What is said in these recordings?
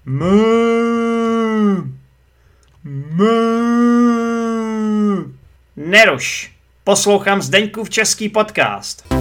Neruš, poslouchám Zdeňkův český podcast.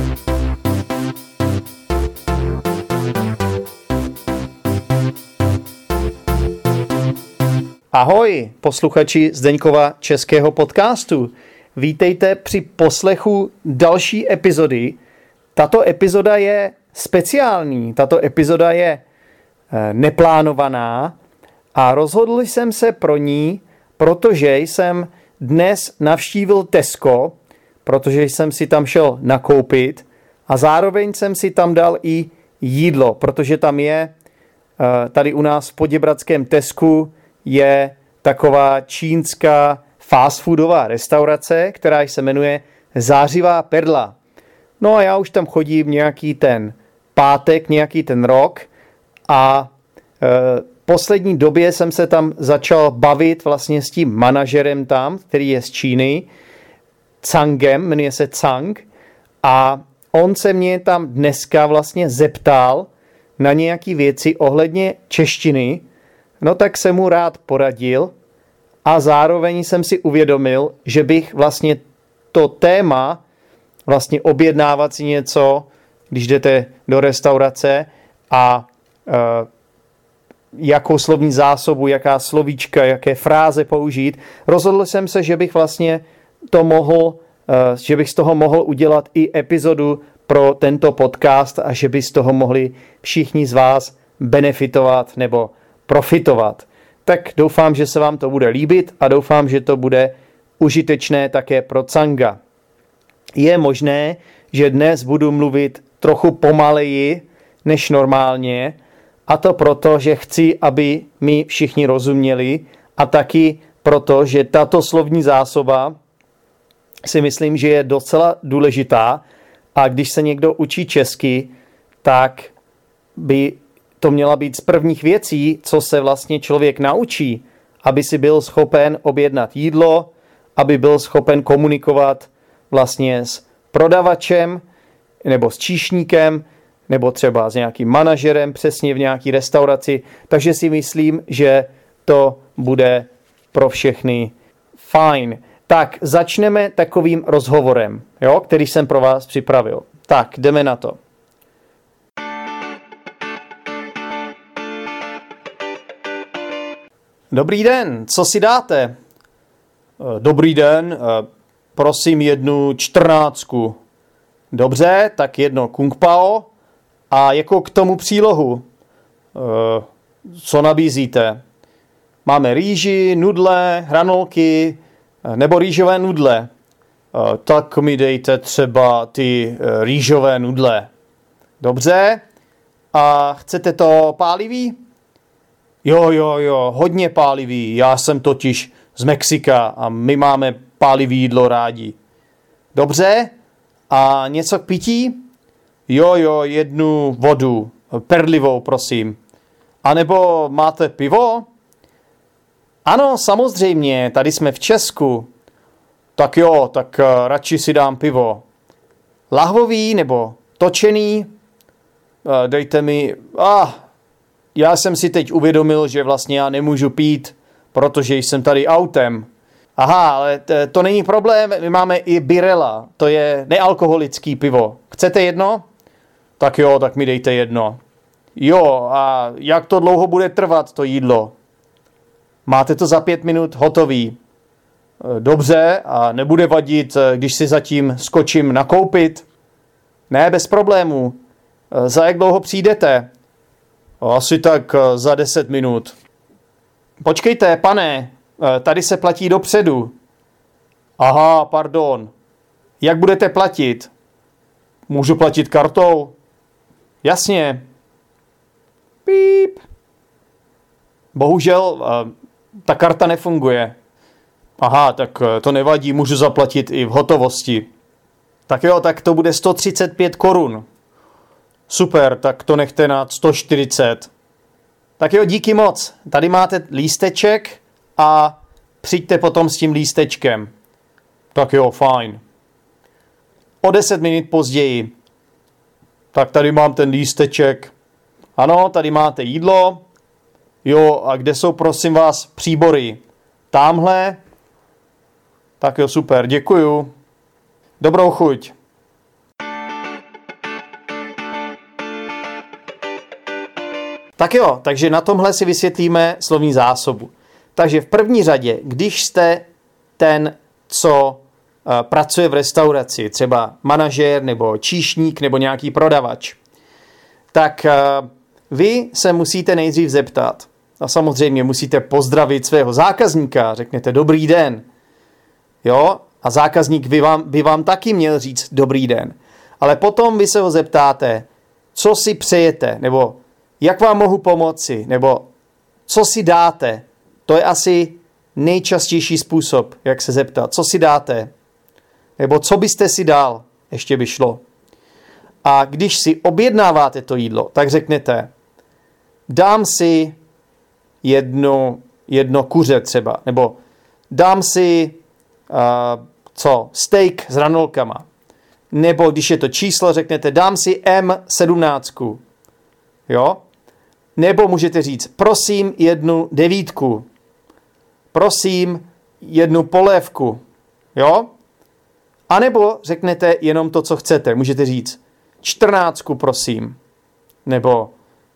Ahoj, posluchači Zdeňkova českého podcastu. Vítejte při poslechu další epizody. Tato epizoda je speciální, tato epizoda je neplánovaná a rozhodl jsem se pro ní, protože jsem dnes navštívil Tesco, protože jsem si tam šel nakoupit a zároveň jsem si tam dal i jídlo, protože tam je, tady u nás v Poděbradském Tescu je taková čínská fast foodová restaurace, která se jmenuje Zářivá perla. No a já už tam chodím nějaký ten pátek, nějaký ten rok a poslední době jsem se tam začal bavit vlastně s tím manažerem tam, který je z Číny, Cangem, jmenuje se Cang, a on se mě tam dneska vlastně zeptal na nějaké věci ohledně češtiny. No tak jsem mu rád poradil a zároveň jsem si uvědomil, že bych vlastně to téma vlastně objednávat si něco, když jdete do restaurace a jakou slovní zásobu, jaká slovíčka, jaké fráze použít. Rozhodl jsem se, že bych vlastně že bych z toho mohl udělat i epizodu pro tento podcast a že by z toho mohli všichni z vás benefitovat nebo profitovat. Tak doufám, že se vám to bude líbit a doufám, že to bude užitečné také pro Canga. Je možné, že dnes budu mluvit trochu pomaleji než normálně, a to proto, že chci, aby mi všichni rozuměli, a taky proto, že tato slovní zásoba si myslím, že je docela důležitá, a když se někdo učí česky, tak by to měla být z prvních věcí, co se vlastně člověk naučí, aby si byl schopen objednat jídlo, aby byl schopen komunikovat vlastně s prodavačem nebo s číšníkem nebo třeba s nějakým manažerem přesně v nějaké restauraci. Takže si myslím, že to bude pro všechny fajn. Tak začneme takovým rozhovorem, který jsem pro vás připravil. Tak jdeme na to. Dobrý den, co si dáte? Dobrý den, prosím jednu 14. Dobře, tak jedno Kung Pao a jako k tomu přílohu. Co nabízíte? Máme rýži, nudle, hranolky nebo rýžové nudle. Tak mi dejte třeba ty rýžové nudle. Dobře, a chcete to pálivý? Jo, hodně pálivý. Já jsem totiž z Mexika a my máme pálivý jídlo rádi. Dobře, a něco k pití? Jo, jednu vodu, perlivou, prosím. A nebo máte pivo? Ano, samozřejmě, tady jsme v Česku. Tak jo, tak radši si dám pivo. Lahvový nebo točený? Dejte mi... Já jsem si teď uvědomil, že vlastně já nemůžu pít, protože jsem tady autem. Aha, ale to není problém, my máme i Birella, to je nealkoholický pivo. Chcete jedno? Tak jo, tak mi dejte jedno. Jo, a jak to dlouho bude trvat, to jídlo? Máte to za 5 minut hotový. Dobře, a nebude vadit, když si zatím skočím nakoupit? Ne, bez problémů. Za jak dlouho přijdete? Asi tak za 10 minut. Počkejte, pane, tady se platí dopředu. Aha, pardon. Jak budete platit? Můžu platit kartou? Jasně. Píp. Bohužel ta karta nefunguje. Aha, tak to nevadí, můžu zaplatit i v hotovosti. Tak jo, tak to bude 135 korun. Super, tak to nechte na 140. Tak jo, díky moc. Tady máte lísteček a přijďte potom s tím lístečkem. Tak jo, fajn. O 10 minut později. Tak tady mám ten lísteček. Ano, tady máte jídlo. Jo, a kde jsou, prosím vás, příbory? Támhle? Tak jo, super, děkuju. Dobrou chuť. Tak jo, takže na tomhle si vysvětlíme slovní zásobu. Takže v první řadě, když jste ten, co pracuje v restauraci, třeba manažér nebo číšník nebo nějaký prodavač, tak vy se musíte nejdřív zeptat. A samozřejmě musíte pozdravit svého zákazníka, řeknete dobrý den. Jo? A zákazník by vám taky měl říct dobrý den. Ale potom vy se ho zeptáte, co si přejete, nebo jak vám mohu pomoci, nebo co si dáte. To je asi nejčastější způsob, jak se zeptat. Co si dáte? Nebo co byste si dal? Ještě by šlo. A když si objednáváte to jídlo, tak řeknete, dám si jedno kuře třeba, nebo dám si steak s ranolkama. Nebo když je to číslo, řeknete, dám si M17. Jo? Nebo můžete říct, prosím 1,9. Prosím 1 polévku. Jo? A nebo řeknete jenom to, co chcete. Můžete říct 14, prosím. Nebo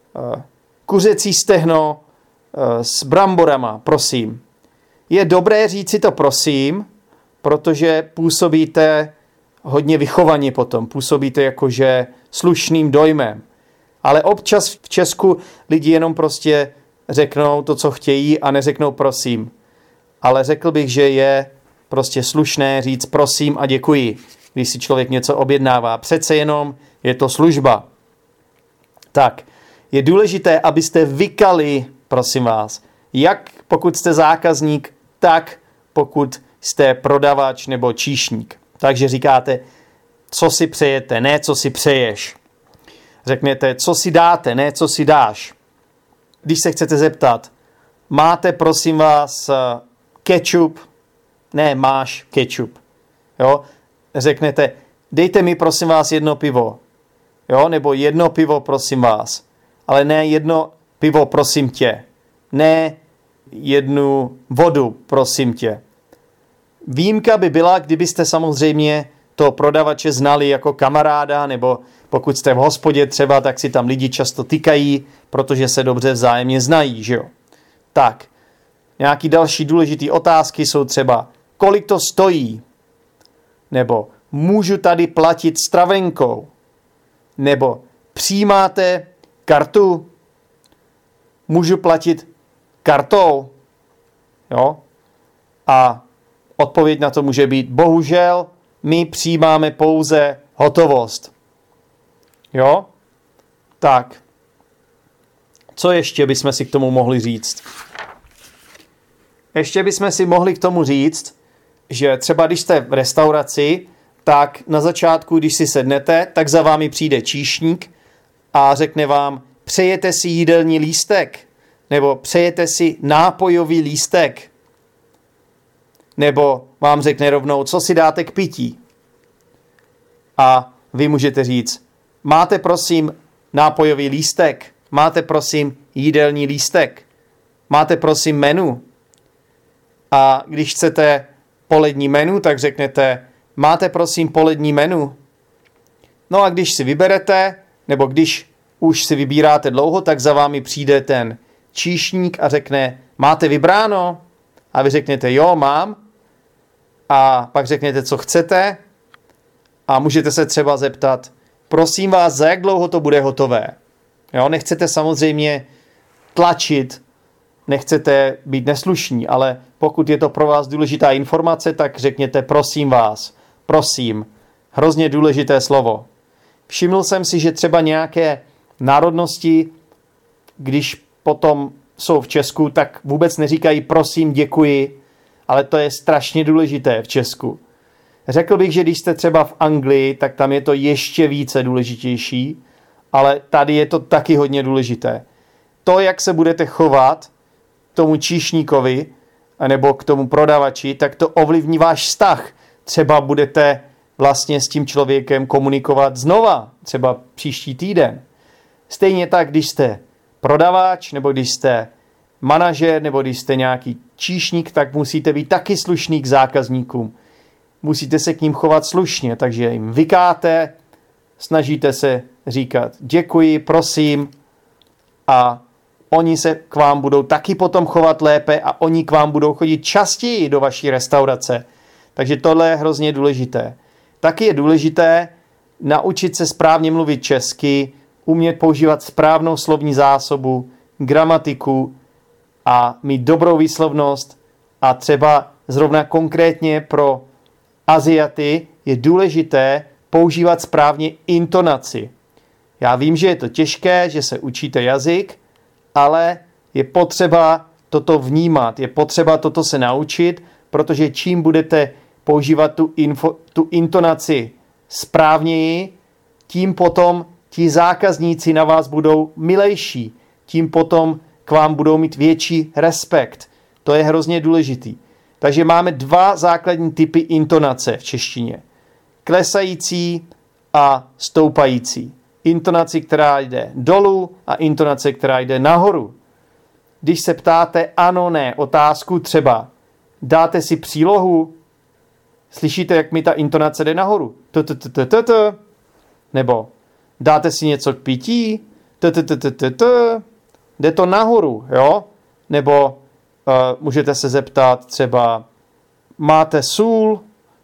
kuřecí stehno s bramborama, prosím. Je dobré říct si to prosím, protože působíte hodně vychovaně potom. Působíte jakože slušným dojmem. Ale občas v Česku lidi jenom prostě řeknou to, co chtějí a neřeknou prosím. Ale řekl bych, že je prostě slušné říct prosím a děkuji, když si člověk něco objednává. Přece jenom je to služba. Tak, je důležité, abyste vykali, prosím vás, jak pokud jste zákazník, tak pokud jste prodavač nebo číšník. Takže říkáte, co si přejete, ne co si přeješ. Řeknete, co si dáte, ne co si dáš. Když se chcete zeptat, máte, prosím vás, ketchup? Ne, máš ketchup. Jo? Řeknete, dejte mi, prosím vás, 1 pivo. Jo? Nebo 1 pivo, prosím vás. Ale ne 1 pivo, prosím tě. Ne 1 vodu, prosím tě. Výjimka by byla, kdybyste samozřejmě toho prodavače znali jako kamaráda, nebo pokud jste v hospodě třeba, tak si tam lidi často tykají, protože se dobře vzájemně znají, že jo. Tak, nějaký další důležitý otázky jsou třeba, kolik to stojí? Nebo můžu tady platit stravenkou? Nebo přijímáte kartu? Můžu platit kartou? Jo? A odpověď na to může být, bohužel, my přijímáme pouze hotovost. Jo? Tak. Co ještě bychom si k tomu mohli říct? Ještě bychom si mohli k tomu říct, že třeba když jste v restauraci, tak na začátku, když si sednete, tak za vámi přijde číšník a řekne vám, přejete si jídelní lístek? Nebo přejete si nápojový lístek? Nebo vám řekne rovnou, co si dáte k pití? A vy můžete říct, máte prosím nápojový lístek? Máte prosím jídelní lístek? Máte prosím menu? A když chcete polední menu, tak řeknete, máte prosím polední menu? No a když si vyberete, nebo když už si vybíráte dlouho, tak za vámi přijde ten číšník a řekne, máte vybráno? A vy řeknete, jo, mám. A pak řeknete, co chcete. A můžete se třeba zeptat, prosím vás, za jak dlouho to bude hotové? Jo, nechcete samozřejmě tlačit, nechcete být neslušní, ale pokud je to pro vás důležitá informace, tak řekněte prosím vás, prosím. Hrozně důležité slovo. Všiml jsem si, že třeba nějaké národnosti, když potom jsou v Česku, tak vůbec neříkají prosím, děkuji, ale to je strašně důležité v Česku. Řekl bych, že když jste třeba v Anglii, tak tam je to ještě více důležitější, ale tady je to taky hodně důležité. To, jak se budete chovat k tomu číšníkovi nebo k tomu prodavači, tak to ovlivní váš vztah. Třeba budete vlastně s tím člověkem komunikovat znova, třeba příští týden. Stejně tak, když jste prodavač nebo když jste manažer nebo když jste nějaký číšník, tak musíte být taky slušný k zákazníkům. Musíte se k ním chovat slušně, takže jim vykáte, snažíte se říkat děkuji, prosím a oni se k vám budou taky potom chovat lépe a oni k vám budou chodit častěji do vaší restaurace. Takže tohle je hrozně důležité. Taky je důležité naučit se správně mluvit česky, umět používat správnou slovní zásobu, gramatiku a mít dobrou výslovnost a třeba zrovna konkrétně pro Aziaty je důležité používat správně intonaci. Já vím, že je to těžké, že se učíte jazyk, ale je potřeba toto vnímat, je potřeba toto se naučit, protože čím budete používat tu intonaci správněji, tím potom ti zákazníci na vás budou milejší, tím potom k vám budou mít větší respekt. To je hrozně důležitý. Takže máme 2 základní typy intonace v češtině. Klesající a stoupající. Intonaci, která jde dolů a intonace, která jde nahoru. Když se ptáte ano, ne, otázku třeba dáte si přílohu, slyšíte, jak mi ta intonace jde nahoru. Nebo dáte si něco k pití, jde to nahoru, jo? Nebo můžete se zeptat třeba máte sůl,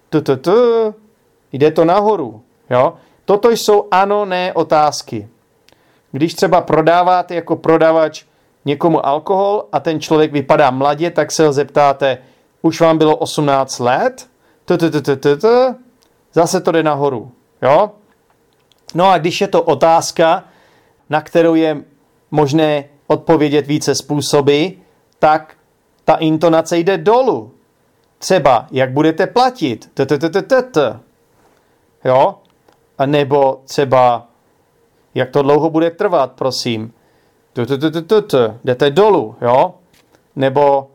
jde to nahoru, jo? Toto jsou ano, ne otázky. Když třeba prodáváte jako prodavač někomu alkohol a ten člověk vypadá mladě, tak se ho zeptáte, už vám bylo 18 let? Zase to jde nahoru, jo? No a když je to otázka, na kterou je možné odpovědět více způsoby, tak ta intonace jde dolů. Třeba, jak budete platit? Jo? A nebo třeba, jak to dlouho bude trvat, prosím. Jdete dolů, jo? Nebo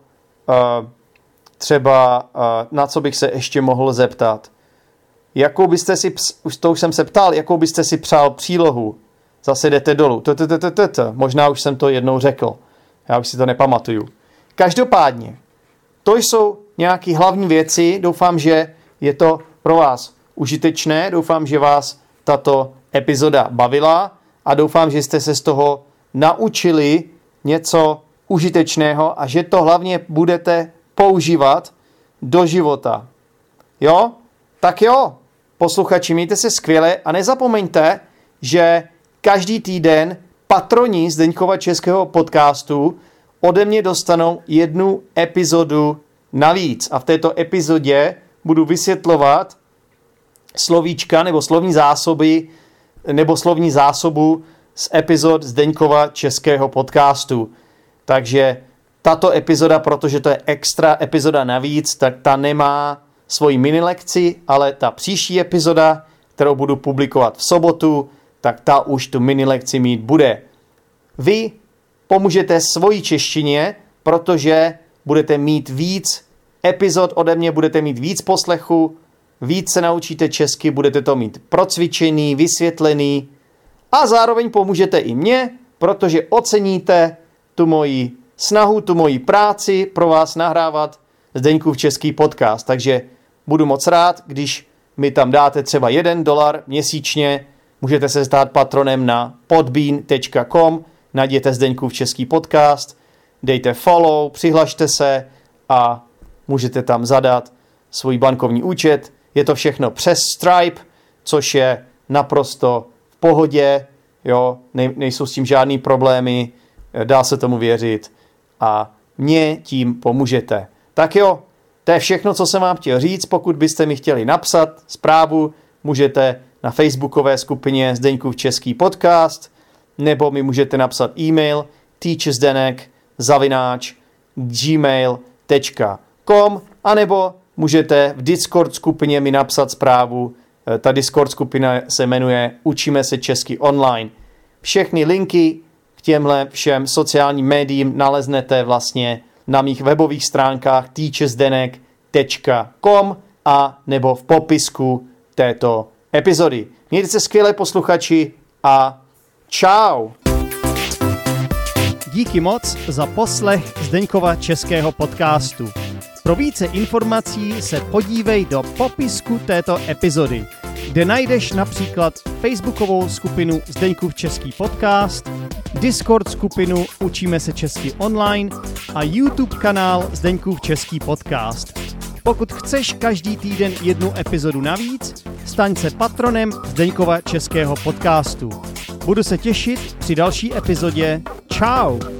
třeba, na co bych se ještě mohl zeptat? Jakou byste si, už jsem se ptal, jakou byste si přál přílohu? Zase jdete dolů. Možná už jsem to jednou řekl. Já už si to nepamatuju. Každopádně, to jsou nějaké hlavní věci. Doufám, že je to pro vás užitečné. Doufám, že vás tato epizoda bavila a doufám, že jste se z toho naučili něco užitečného a že to hlavně budete používat do života. Jo? Tak jo, posluchači, mějte se skvěle a nezapomeňte, že každý týden patroni Zdeňkova českého podcastu ode mě dostanou 1 epizodu navíc. A v této epizodě budu vysvětlovat slovíčka nebo slovní zásoby nebo slovní zásobu z epizod Zdeňkova českého podcastu. Takže tato epizoda, protože to je extra epizoda navíc, tak ta nemá svoji minilekci, ale ta příští epizoda, kterou budu publikovat v sobotu, tak ta už tu minilekci mít bude. Vy pomůžete svojí češtině, protože budete mít víc epizod ode mě, budete mít víc poslechu, víc se naučíte česky, budete to mít procvičený, vysvětlený a zároveň pomůžete i mně, protože oceníte tu moji snahu, tu moji práci pro vás nahrávat Zdeňkův český podcast. Takže budu moc rád, když mi tam dáte třeba $1 měsíčně, můžete se stát patronem na podbean.com, najděte Zdeňkův český podcast, dejte follow, přihlašte se a můžete tam zadat svůj bankovní účet. Je to všechno přes Stripe, což je naprosto v pohodě, jo, nejsou s tím žádný problémy, dá se tomu věřit a mě tím pomůžete. Tak jo, to je všechno, co jsem vám chtěl říct. Pokud byste mi chtěli napsat zprávu, můžete na facebookové skupině Zdeňkův český podcast, nebo mi můžete napsat e-mail teachersdenek@gmail.com, anebo můžete v Discord skupině mi napsat zprávu. Ta Discord skupina se jmenuje Učíme se česky online. Všechny linky k těmhle všem sociálním médiím naleznete vlastně na mých webových stránkách teachersdenek.com a nebo v popisku této epizody. Mějte se skvěle, posluchači, a čau! díky moc za poslech Zdeňkova českého podcastu. Pro více informací se podívej do popisku této epizody, kde najdeš například facebookovou skupinu Zdeňkův český podcast, Discord skupinu Učíme se česky online a YouTube kanál Zdeňkův český podcast. Pokud chceš každý týden jednu epizodu navíc, staň se patronem Zdeňkova českého podcastu. Budu se těšit při další epizodě. Čau!